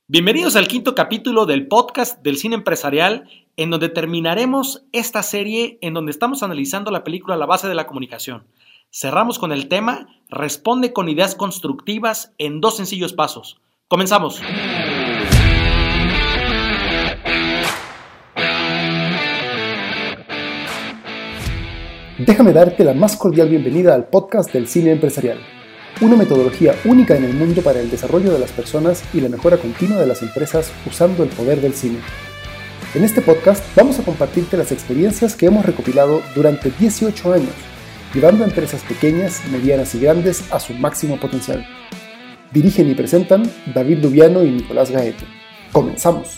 Bienvenidos al quinto capítulo del podcast del cine empresarial, en donde terminaremos esta serie en donde estamos analizando la película La base de la comunicación. Cerramos con el tema Responde con ideas constructivas en 2 sencillos pasos. ¡Comenzamos! Déjame darte la más cordial bienvenida al podcast del cine empresarial. Una metodología única en el mundo para el desarrollo de las personas y la mejora continua de las empresas usando el poder del cine. En este podcast vamos a compartirte las experiencias que hemos recopilado durante 18 años, llevando a empresas pequeñas, medianas y grandes a su máximo potencial. Dirigen y presentan David Lubiano y Nicolás Gaete. ¡Comenzamos!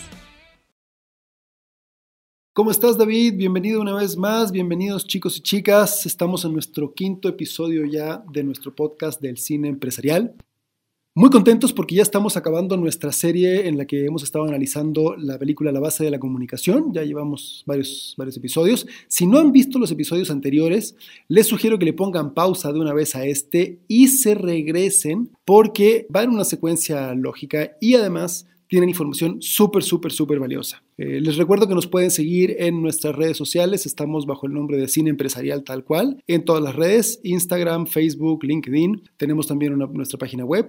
¿Cómo estás, David? Bienvenido una vez más, bienvenidos chicos y chicas. Estamos en nuestro quinto episodio ya de nuestro podcast del cine empresarial. Muy contentos porque ya estamos acabando nuestra serie en la que hemos estado analizando la película La base de la comunicación. Ya llevamos varios episodios. Si no han visto los episodios anteriores, les sugiero que le pongan pausa de una vez a este y se regresen porque va en una secuencia lógica y además tienen información súper valiosa. Les recuerdo que nos pueden seguir en nuestras redes sociales. Estamos bajo el nombre de Cine Empresarial tal cual, en todas las redes, Instagram, Facebook, LinkedIn. Tenemos también nuestra página web,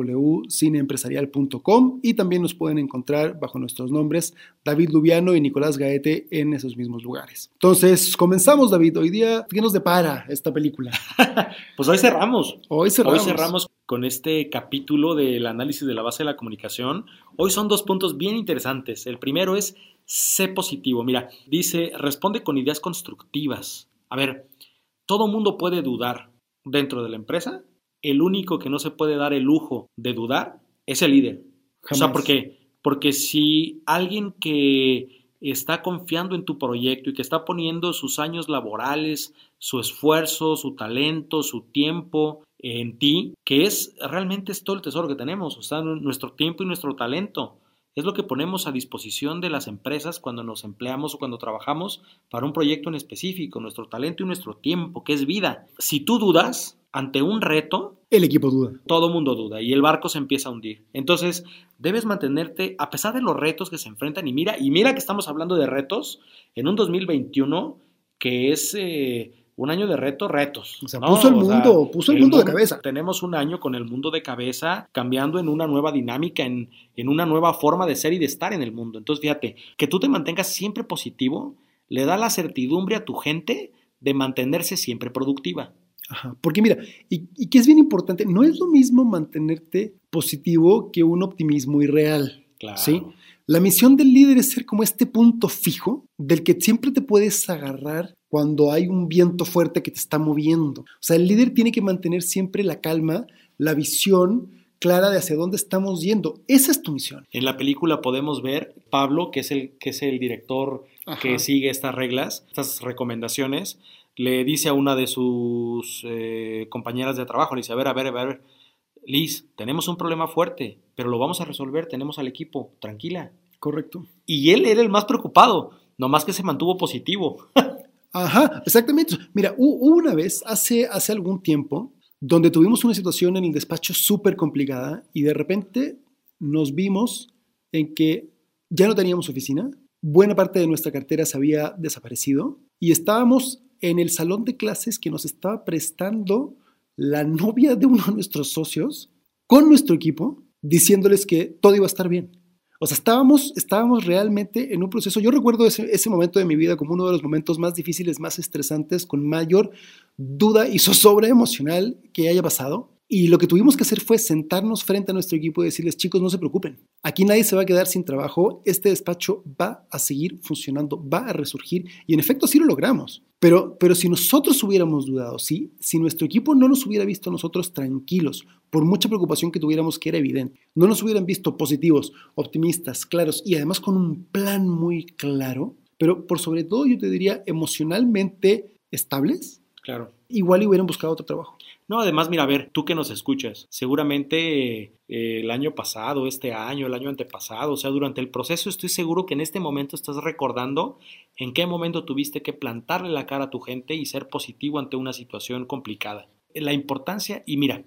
www.cineempresarial.com, y también nos pueden encontrar bajo nuestros nombres David Lubiano y Nicolás Gaete en esos mismos lugares. Entonces, comenzamos, David. Hoy día, ¿qué nos depara esta película? Pues hoy cerramos. Hoy cerramos con este capítulo del análisis de la base de la comunicación. Hoy son 2 puntos bien interesantes. El primero es sé positivo. Mira, dice, responde con ideas constructivas. A ver, todo mundo puede dudar dentro de la empresa. El único que no se puede dar el lujo de dudar es el líder. Jamás. O sea, porque si alguien que está confiando en tu proyecto y que está poniendo sus años laborales, su esfuerzo, su talento, su tiempo en ti, que realmente es todo el tesoro que tenemos, o sea, nuestro tiempo y nuestro talento. Es lo que ponemos a disposición de las empresas cuando nos empleamos o cuando trabajamos para un proyecto en específico, nuestro talento y nuestro tiempo, que es vida. Si tú dudas ante un reto, el equipo duda. Todo mundo duda y el barco se empieza a hundir. Entonces, debes mantenerte, a pesar de los retos que se enfrentan, y mira que estamos hablando de retos en un 2021 que es un año de retos. O sea, puso el mundo de cabeza. Tenemos un año con el mundo de cabeza, cambiando en una nueva dinámica, en una nueva forma de ser y de estar en el mundo. Entonces, fíjate, que tú te mantengas siempre positivo, le da la certidumbre a tu gente de mantenerse siempre productiva. Ajá, porque mira, y que es bien importante, no es lo mismo mantenerte positivo que un optimismo irreal. Claro. ¿Sí? La misión del líder es ser como este punto fijo del que siempre te puedes agarrar cuando hay un viento fuerte que te está moviendo. O sea, el líder tiene que mantener siempre la calma, la visión clara de hacia dónde estamos yendo. Esa es tu misión. En la película podemos ver Pablo, que es el director que sigue estas reglas, estas recomendaciones. Le dice a una de sus compañeras de trabajo, le dice, a ver, Liz, tenemos un problema fuerte, pero lo vamos a resolver, tenemos al equipo, tranquila. Correcto. Y él era el más preocupado, nomás que se mantuvo positivo. Ajá, exactamente. Mira, hubo una vez, hace algún tiempo, donde tuvimos una situación en el despacho súper complicada y de repente nos vimos en que ya no teníamos oficina, buena parte de nuestra cartera se había desaparecido y estábamos en el salón de clases que nos estaba prestando la novia de uno de nuestros socios con nuestro equipo, diciéndoles que todo iba a estar bien. O sea, estábamos realmente en un proceso. Yo recuerdo ese momento de mi vida como uno de los momentos más difíciles, más estresantes, con mayor duda y zozobra emocional que haya pasado. Y lo que tuvimos que hacer fue sentarnos frente a nuestro equipo y decirles, chicos, no se preocupen. Aquí nadie se va a quedar sin trabajo. Este despacho va a seguir funcionando, va a resurgir. Y en efecto sí lo logramos. Pero si nosotros hubiéramos dudado, si nuestro equipo no nos hubiera visto a nosotros tranquilos, por mucha preocupación que tuviéramos que era evidente, no nos hubieran visto positivos, optimistas, claros y además con un plan muy claro, pero por sobre todo yo te diría emocionalmente estables, Claro. igual hubieran buscado otro trabajo. No, además, mira, a ver, tú que nos escuchas, seguramente el año pasado, este año, el año antepasado, o sea, durante el proceso estoy seguro que en este momento estás recordando en qué momento tuviste que plantarle la cara a tu gente y ser positivo ante una situación complicada. La importancia, y mira,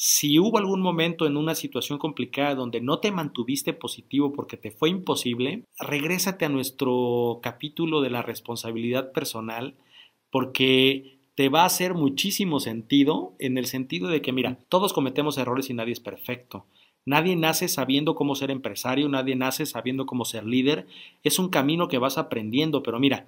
Si hubo algún momento en una situación complicada donde no te mantuviste positivo porque te fue imposible, regrésate a nuestro capítulo de la responsabilidad personal porque te va a hacer muchísimo sentido en el sentido de que, mira, todos cometemos errores y nadie es perfecto. Nadie nace sabiendo cómo ser empresario, nadie nace sabiendo cómo ser líder. Es un camino que vas aprendiendo, pero mira,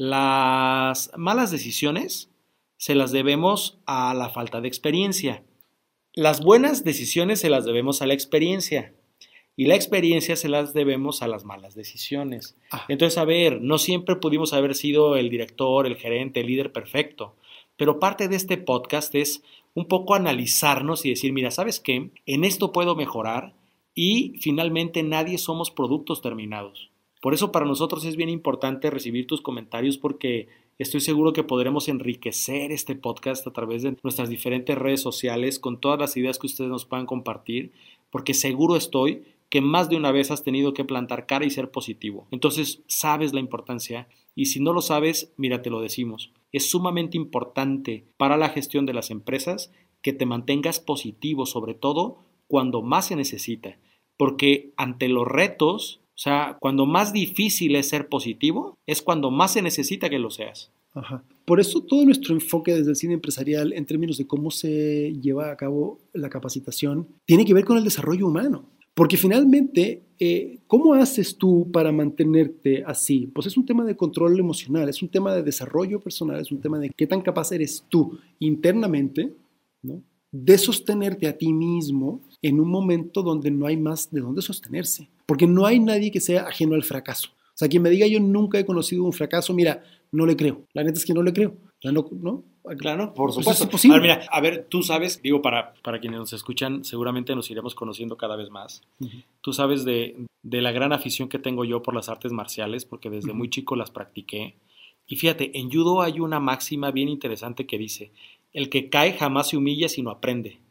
las malas decisiones se las debemos a la falta de experiencia. Las buenas decisiones se las debemos a la experiencia y la experiencia se las debemos a las malas decisiones. Entonces, a ver, no siempre pudimos haber sido el director, el gerente, el líder perfecto, pero parte de este podcast es un poco analizarnos y decir, mira, ¿sabes qué? En esto puedo mejorar y finalmente nadie somos productos terminados. Por eso para nosotros es bien importante recibir tus comentarios porque estoy seguro que podremos enriquecer este podcast a través de nuestras diferentes redes sociales con todas las ideas que ustedes nos puedan compartir, porque seguro estoy que más de una vez has tenido que plantar cara y ser positivo. Entonces sabes la importancia y si no lo sabes, mira, te lo decimos. Es sumamente importante para la gestión de las empresas que te mantengas positivo, sobre todo cuando más se necesita, porque ante los retos, o sea, cuando más difícil es ser positivo, es cuando más se necesita que lo seas. Ajá. Por eso todo nuestro enfoque desde el cine empresarial en términos de cómo se lleva a cabo la capacitación tiene que ver con el desarrollo humano. Porque finalmente, ¿cómo haces tú para mantenerte así? Pues es un tema de control emocional, es un tema de desarrollo personal, es un tema de qué tan capaz eres tú internamente, ¿no?, de sostenerte a ti mismo en un momento donde no hay más de dónde sostenerse. Porque no hay nadie que sea ajeno al fracaso. O sea, quien me diga yo nunca he conocido un fracaso, mira, no le creo. La neta es que no le creo. ¿No? Claro, por supuesto. Pues es imposible. A ver, mira, a ver, tú sabes, digo, para quienes nos escuchan, seguramente nos iremos conociendo cada vez más. Uh-huh. Tú sabes de la gran afición que tengo yo por las artes marciales, porque desde muy chico las practiqué. Y fíjate, en judo hay una máxima bien interesante que dice, el que cae jamás se humilla sino aprende.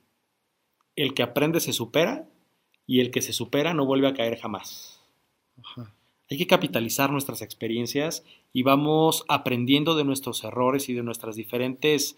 El que aprende se supera y el que se supera no vuelve a caer jamás. Ajá. Hay que capitalizar nuestras experiencias y vamos aprendiendo de nuestros errores y de nuestras diferentes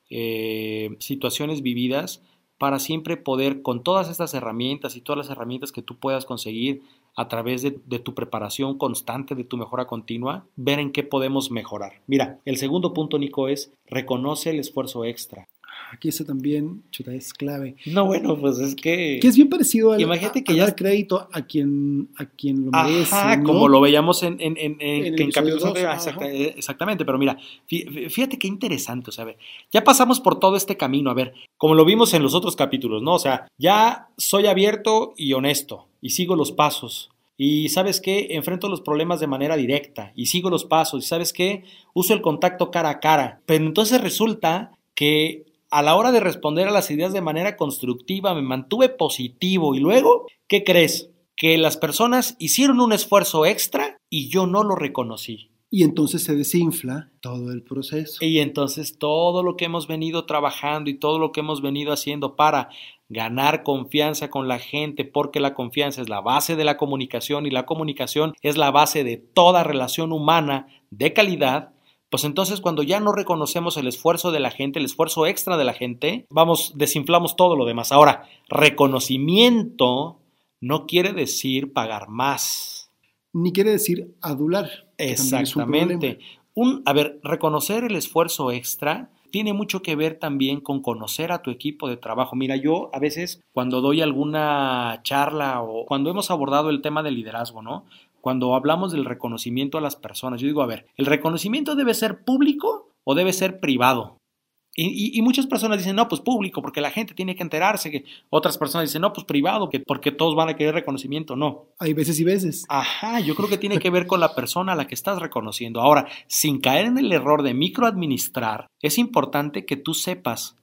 situaciones vividas para siempre poder, con todas estas herramientas y todas las herramientas que tú puedas conseguir a través de tu preparación constante, de tu mejora continua, ver en qué podemos mejorar. Mira, el segundo punto, Nico, es reconoce el esfuerzo extra. Aquí eso también, chuta, es clave. No, bueno, pues es que es bien parecido al imagínate que a ya dar crédito a quien lo merece. Ajá, ¿no? Como lo veíamos en capítulos 2. Exactamente, pero mira, fíjate qué interesante, o sea, ya pasamos por todo este camino, a ver, como lo vimos en los otros capítulos, ¿no? O sea, ya soy abierto y honesto y sigo los pasos. Y ¿sabes qué? Enfrento los problemas de manera directa y sigo los pasos. Y ¿sabes qué? Uso el contacto cara a cara. Pero entonces resulta que a la hora de responder a las ideas de manera constructiva me mantuve positivo y luego, ¿qué crees? Que las personas hicieron un esfuerzo extra y yo no lo reconocí. Y entonces se desinfla todo el proceso. Y entonces todo lo que hemos venido trabajando y todo lo que hemos venido haciendo para ganar confianza con la gente, porque la confianza es la base de la comunicación y la comunicación es la base de toda relación humana de calidad. Pues entonces cuando ya no reconocemos el esfuerzo de la gente, el esfuerzo extra de la gente, desinflamos todo lo demás. Ahora, reconocimiento no quiere decir pagar más. Ni quiere decir adular. Exactamente. Reconocer el esfuerzo extra tiene mucho que ver también con conocer a tu equipo de trabajo. Mira, yo a veces cuando doy alguna charla o cuando hemos abordado el tema del liderazgo, ¿no? Cuando hablamos del reconocimiento a las personas, yo digo, a ver, ¿el reconocimiento debe ser público o debe ser privado? Y muchas personas dicen, no, pues público, porque la gente tiene que enterarse. Que otras personas dicen, no, pues privado, porque todos van a querer reconocimiento. No. Hay veces y veces. Ajá, yo creo que tiene que ver con la persona a la que estás reconociendo. Ahora, sin caer en el error de microadministrar, es importante que tú sepas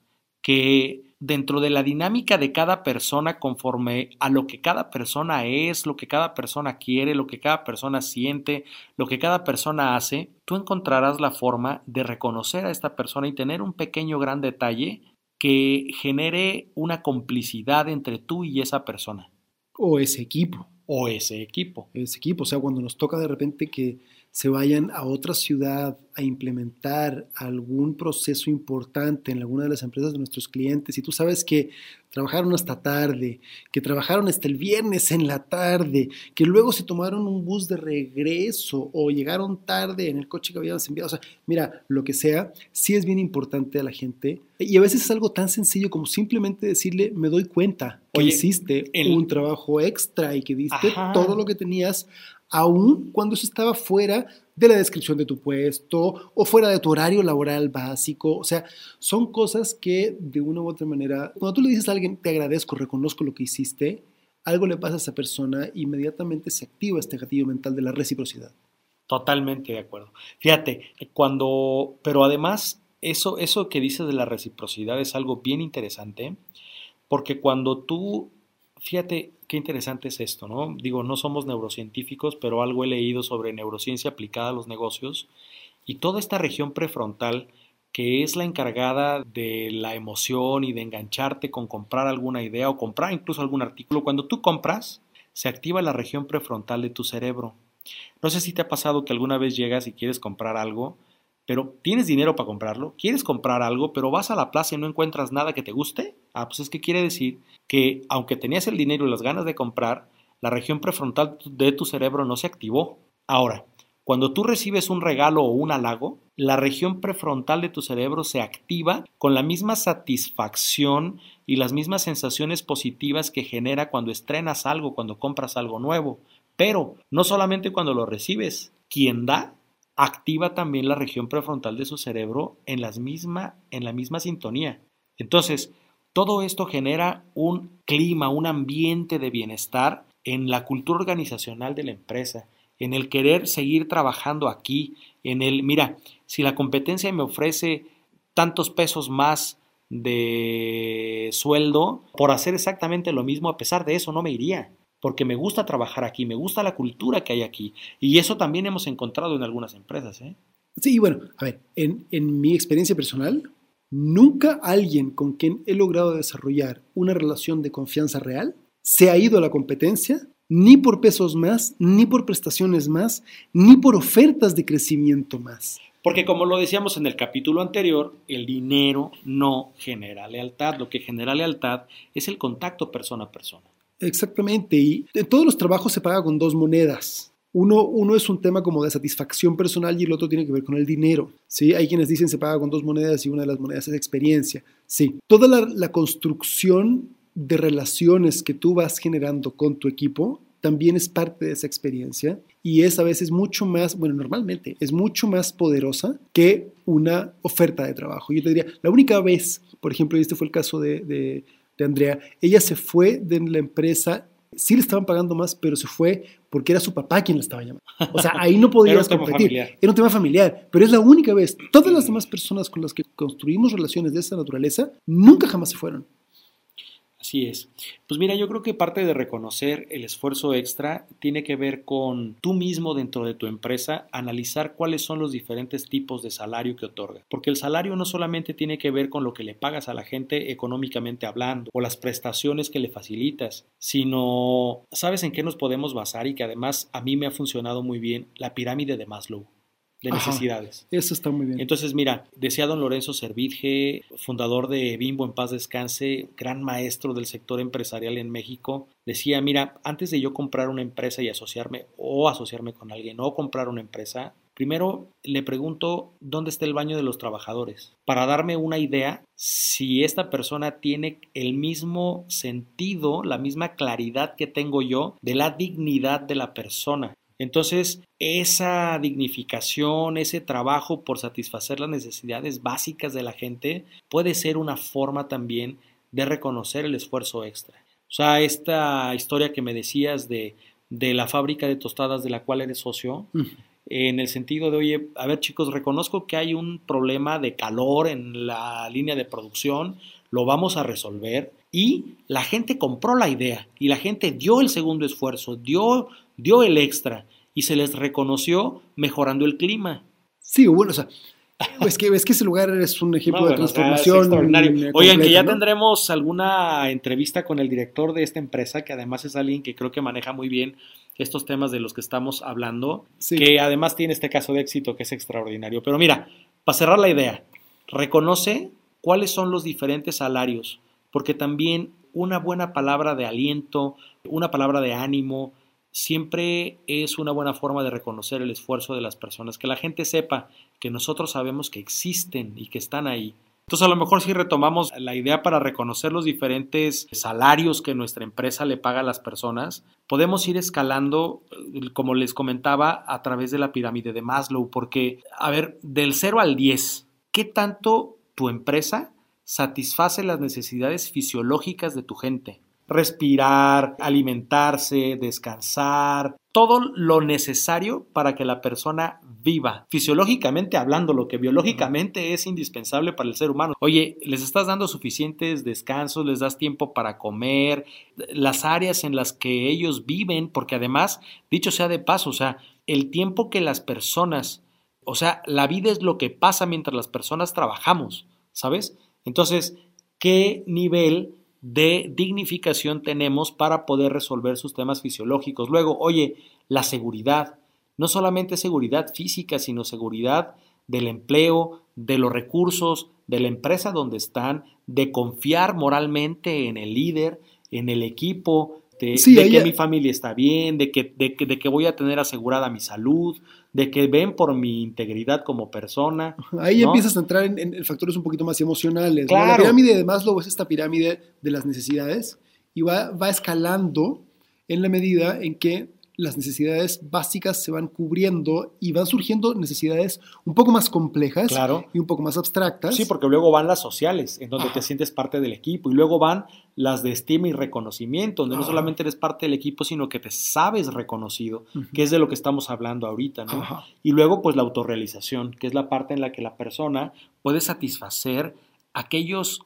que dentro de la dinámica de cada persona, conforme a lo que cada persona es, lo que cada persona quiere, lo que cada persona siente, lo que cada persona hace, tú encontrarás la forma de reconocer a esta persona y tener un pequeño gran detalle que genere una complicidad entre tú y esa persona. O ese equipo. O ese equipo. Ese equipo, o sea, cuando nos toca de repente que se vayan a otra ciudad a implementar algún proceso importante en alguna de las empresas de nuestros clientes y tú sabes que trabajaron hasta tarde, que trabajaron hasta el viernes en la tarde, que luego se tomaron un bus de regreso o llegaron tarde en el coche que habíamos enviado, o sea, mira, lo que sea, sí es bien importante a la gente y a veces es algo tan sencillo como simplemente decirle, me doy cuenta que hiciste un trabajo extra y que diste todo lo que tenías, aun cuando eso estaba fuera de la descripción de tu puesto o fuera de tu horario laboral básico. O sea, son cosas que de una u otra manera, cuando tú le dices a alguien, te agradezco, reconozco lo que hiciste, algo le pasa a esa persona, inmediatamente se activa este gatillo mental de la reciprocidad. Totalmente de acuerdo. Fíjate, pero además, eso que dices de la reciprocidad es algo bien interesante, porque fíjate qué interesante es esto, ¿no? Digo, no somos neurocientíficos, pero algo he leído sobre neurociencia aplicada a los negocios y toda esta región prefrontal que es la encargada de la emoción y de engancharte con comprar alguna idea o comprar incluso algún artículo. Cuando tú compras, se activa la región prefrontal de tu cerebro. No sé si te ha pasado que alguna vez llegas y quieres comprar algo, pero tienes dinero para comprarlo, quieres comprar algo, pero vas a la plaza y no encuentras nada que te guste. Pues es que quiere decir que aunque tenías el dinero y las ganas de comprar, la región prefrontal de tu cerebro no se activó. Ahora, cuando tú recibes un regalo o un halago, la región prefrontal de tu cerebro se activa con la misma satisfacción y las mismas sensaciones positivas que genera cuando estrenas algo, cuando compras algo nuevo. Pero no solamente cuando lo recibes, quien da activa también la región prefrontal de su cerebro en la misma sintonía. Entonces, todo esto genera un clima, un ambiente de bienestar en la cultura organizacional de la empresa, en el querer seguir trabajando aquí, mira, si la competencia me ofrece tantos pesos más de sueldo por hacer exactamente lo mismo, a pesar de eso no me iría, porque me gusta trabajar aquí, me gusta la cultura que hay aquí, y eso también hemos encontrado en algunas empresas, ¿eh? Sí, bueno, a ver, en mi experiencia personal, nunca alguien con quien he logrado desarrollar una relación de confianza real se ha ido a la competencia ni por pesos más, ni por prestaciones más, ni por ofertas de crecimiento más. Porque como lo decíamos en el capítulo anterior, el dinero no genera lealtad. Lo que genera lealtad es el contacto persona a persona. Exactamente, y en todos los trabajos se paga con dos monedas. Uno es un tema como de satisfacción personal y el otro tiene que ver con el dinero. ¿Sí? Hay quienes dicen se paga con dos monedas y una de las monedas es experiencia. Sí, toda la construcción de relaciones que tú vas generando con tu equipo también es parte de esa experiencia y es a veces mucho más, bueno, normalmente es mucho más poderosa que una oferta de trabajo. Yo te diría, la única vez, por ejemplo, y este fue el caso de Andrea, ella se fue de la empresa, sí le estaban pagando más, pero se fue porque era su papá quien la estaba llamando. O sea, ahí no podías competir. Era un tema familiar, pero es la única vez. Todas las demás personas con las que construimos relaciones de esa naturaleza nunca jamás se fueron. Así es. Pues mira, yo creo que parte de reconocer el esfuerzo extra tiene que ver con tú mismo dentro de tu empresa analizar cuáles son los diferentes tipos de salario que otorga. Porque el salario no solamente tiene que ver con lo que le pagas a la gente económicamente hablando o las prestaciones que le facilitas, sino ¿sabes en qué nos podemos basar? Y que además a mí me ha funcionado muy bien la pirámide de Maslow. De necesidades. Eso está muy bien. Entonces, mira, decía don Lorenzo Servidje, fundador de Bimbo, en paz descanse, gran maestro del sector empresarial en México, decía, mira, antes de yo comprar una empresa y asociarme con alguien o comprar una empresa, primero le pregunto dónde está el baño de los trabajadores, para darme una idea si esta persona tiene el mismo sentido, la misma claridad que tengo yo de la dignidad de la persona. Entonces, esa dignificación, ese trabajo por satisfacer las necesidades básicas de la gente puede ser una forma también de reconocer el esfuerzo extra. O sea, esta historia que me decías de la fábrica de tostadas de la cual eres socio, en el sentido de, oye, a ver chicos, reconozco que hay un problema de calor en la línea de producción, lo vamos a resolver. Y la gente compró la idea y la gente dio el segundo esfuerzo, dio el extra y se les reconoció mejorando el clima. Sí, bueno, o sea, es que ese lugar es un ejemplo de transformación. Es extraordinario. Oigan, que ya tendremos alguna entrevista con el director de esta empresa, que además es alguien que creo que maneja muy bien estos temas de los que estamos hablando, Sí. que además tiene este caso de éxito que es extraordinario. Pero mira, para cerrar la idea, reconoce cuáles son los diferentes salarios, porque también una buena palabra de aliento, una palabra de ánimo, siempre es una buena forma de reconocer el esfuerzo de las personas, que la gente sepa que nosotros sabemos que existen y que están ahí. Entonces, a lo mejor si retomamos la idea para reconocer los diferentes salarios que nuestra empresa le paga a las personas, podemos ir escalando, como les comentaba, a través de la pirámide de Maslow, porque, a ver, del 0 al 10, ¿qué tanto tu empresa satisface las necesidades fisiológicas de tu gente? Respirar, alimentarse, descansar, todo lo necesario para que la persona viva, fisiológicamente hablando, lo que biológicamente es indispensable para el ser humano. Oye, les estás dando suficientes descansos, les das tiempo para comer, las áreas en las que ellos viven, porque además, dicho sea de paso, o sea, el tiempo que las personas, o sea, la vida es lo que pasa mientras las personas trabajamos, ¿sabes? Entonces, ¿qué nivel de dignificación tenemos para poder resolver sus temas fisiológicos? Luego, oye, la seguridad, no solamente seguridad física, sino seguridad del empleo, de los recursos, de la empresa donde están, de confiar moralmente en el líder, en el equipo, de que mi familia está bien, de que voy a tener asegurada mi salud, de que ven por mi integridad como persona. Ahí ¿no? empiezas a entrar en factores un poquito más emocionales. Claro. ¿No? La pirámide de Maslow es esta pirámide de las necesidades y va escalando en la medida en que las necesidades básicas se van cubriendo y van surgiendo necesidades un poco más complejas, claro, y un poco más abstractas. Sí, porque luego van las sociales, en donde te sientes parte del equipo, y luego van las de estima y reconocimiento, donde no solamente eres parte del equipo, sino que te sabes reconocido, que es de lo que estamos hablando ahorita, ¿no? Y luego, pues, la autorrealización, que es la parte en la que la persona puede satisfacer aquellas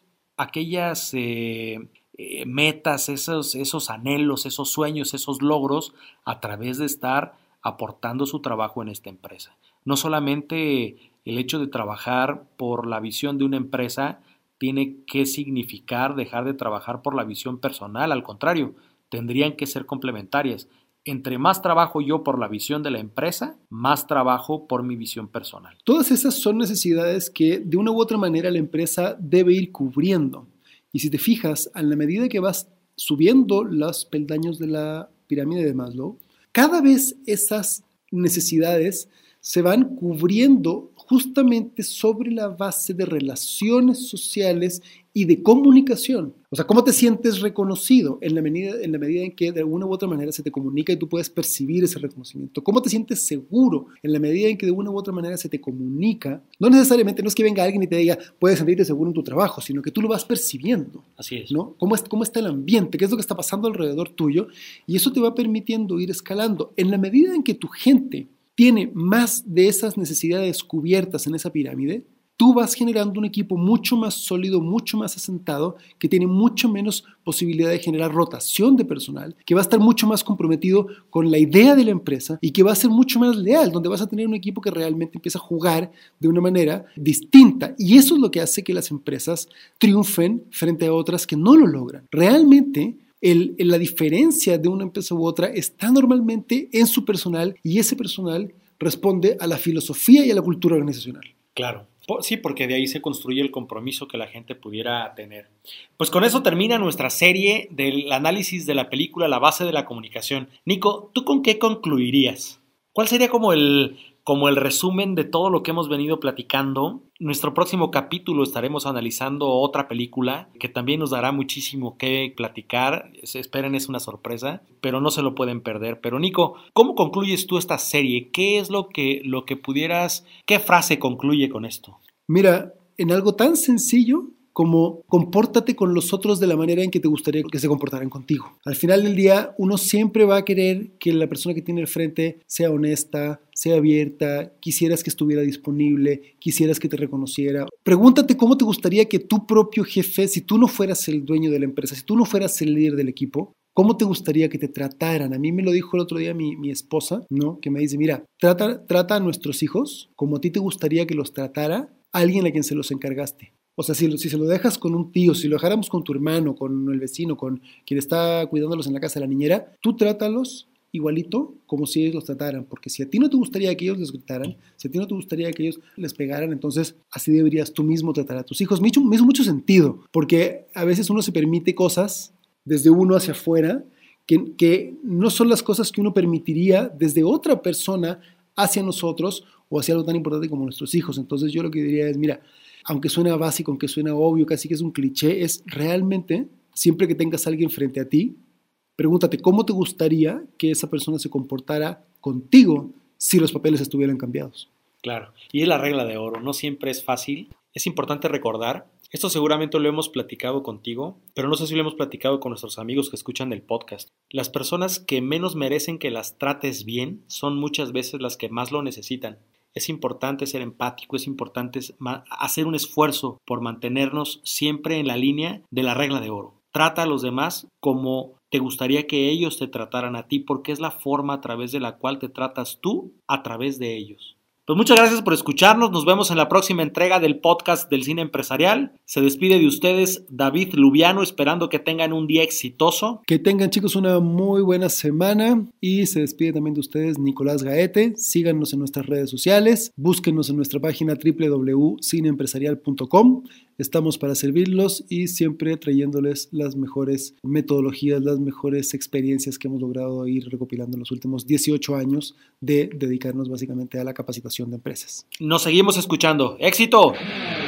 metas, esos anhelos, esos sueños, esos logros a través de estar aportando su trabajo en esta empresa. No solamente el hecho de trabajar por la visión de una empresa tiene que significar dejar de trabajar por la visión personal, al contrario, tendrían que ser complementarias. Entre más trabajo yo por la visión de la empresa, más trabajo por mi visión personal. Todas esas son necesidades que de una u otra manera la empresa debe ir cubriendo. Y si te fijas, a la medida que vas subiendo los peldaños de la pirámide de Maslow, cada vez esas necesidades se van cubriendo justamente sobre la base de relaciones sociales y de comunicación. O sea, ¿cómo te sientes reconocido? En la medida en que de alguna u otra manera se te comunica y tú puedes percibir ese reconocimiento. ¿Cómo te sientes seguro? En la medida en que de una u otra manera se te comunica. No necesariamente, no es que venga alguien y te diga, puedes sentirte seguro en tu trabajo, sino que tú lo vas percibiendo. Así es. ¿No? ¿Cómo está el ambiente? ¿Qué es lo que está pasando alrededor tuyo? Y eso te va permitiendo ir escalando. En la medida en que tu gente tiene más de esas necesidades cubiertas en esa pirámide, tú vas generando un equipo mucho más sólido, mucho más asentado, que tiene mucho menos posibilidad de generar rotación de personal, que va a estar mucho más comprometido con la idea de la empresa y que va a ser mucho más leal, donde vas a tener un equipo que realmente empieza a jugar de una manera distinta. Y eso es lo que hace que las empresas triunfen frente a otras que no lo logran. Realmente, la diferencia de una empresa u otra está normalmente en su personal, y ese personal responde a la filosofía y a la cultura organizacional. Claro. Sí, porque de ahí se construye el compromiso que la gente pudiera tener. Pues con eso termina nuestra serie del análisis de la película La base de la comunicación. Nico, ¿tú con qué concluirías? ¿Cuál sería como el resumen de todo lo que hemos venido platicando? Nuestro próximo capítulo estaremos analizando otra película que también nos dará muchísimo que platicar. Esperen, es una sorpresa, pero no se lo pueden perder. Pero Nico, ¿cómo concluyes tú esta serie? ¿Qué es lo que pudieras, qué frase concluye con esto? Mira, en algo tan sencillo como compórtate con los otros de la manera en que te gustaría que se comportaran contigo. Al final del día, uno siempre va a querer que la persona que tiene al frente sea honesta, sea abierta, quisieras que estuviera disponible, quisieras que te reconociera. Pregúntate cómo te gustaría que tu propio jefe, si tú no fueras el dueño de la empresa, si tú no fueras el líder del equipo, ¿cómo te gustaría que te trataran? A mí me lo dijo el otro día mi esposa, ¿no? Que me dice, mira, trata a nuestros hijos como a ti te gustaría que los tratara alguien a quien se los encargaste. O sea, si se lo dejas con un tío, si lo dejáramos con tu hermano, con el vecino, con quien está cuidándolos en la casa, la niñera, tú trátalos igualito como si ellos los trataran, porque si a ti no te gustaría que ellos les gritaran, si a ti no te gustaría que ellos les pegaran, entonces así deberías tú mismo tratar a tus hijos. Me hizo mucho sentido, porque a veces uno se permite cosas desde uno hacia afuera que no son las cosas que uno permitiría desde otra persona hacia nosotros o hacia algo tan importante como nuestros hijos. Entonces yo lo que diría es, mira, aunque suena básico, aunque suena obvio, casi que es un cliché, es realmente, siempre que tengas a alguien frente a ti, pregúntate cómo te gustaría que esa persona se comportara contigo si los papeles estuvieran cambiados. Claro, y es la regla de oro, no siempre es fácil. Es importante recordar, esto seguramente lo hemos platicado contigo, pero no sé si lo hemos platicado con nuestros amigos que escuchan el podcast. Las personas que menos merecen que las trates bien son muchas veces las que más lo necesitan. Es importante ser empático, es importante hacer un esfuerzo por mantenernos siempre en la línea de la regla de oro. Trata a los demás como te gustaría que ellos te trataran a ti, porque es la forma a través de la cual te tratas tú a través de ellos. Pues muchas gracias por escucharnos, nos vemos en la próxima entrega del podcast del Cine Empresarial. Se despide de ustedes David Lubiano, esperando que tengan un día exitoso. Que tengan, chicos, una muy buena semana, y se despide también de ustedes Nicolás Gaete. Síganos en nuestras redes sociales, búsquenos en nuestra página www.cineempresarial.com. Estamos para servirlos y siempre trayéndoles las mejores metodologías, las mejores experiencias que hemos logrado ir recopilando en los últimos 18 años de dedicarnos básicamente a la capacitación de empresas. Nos seguimos escuchando. ¡Éxito!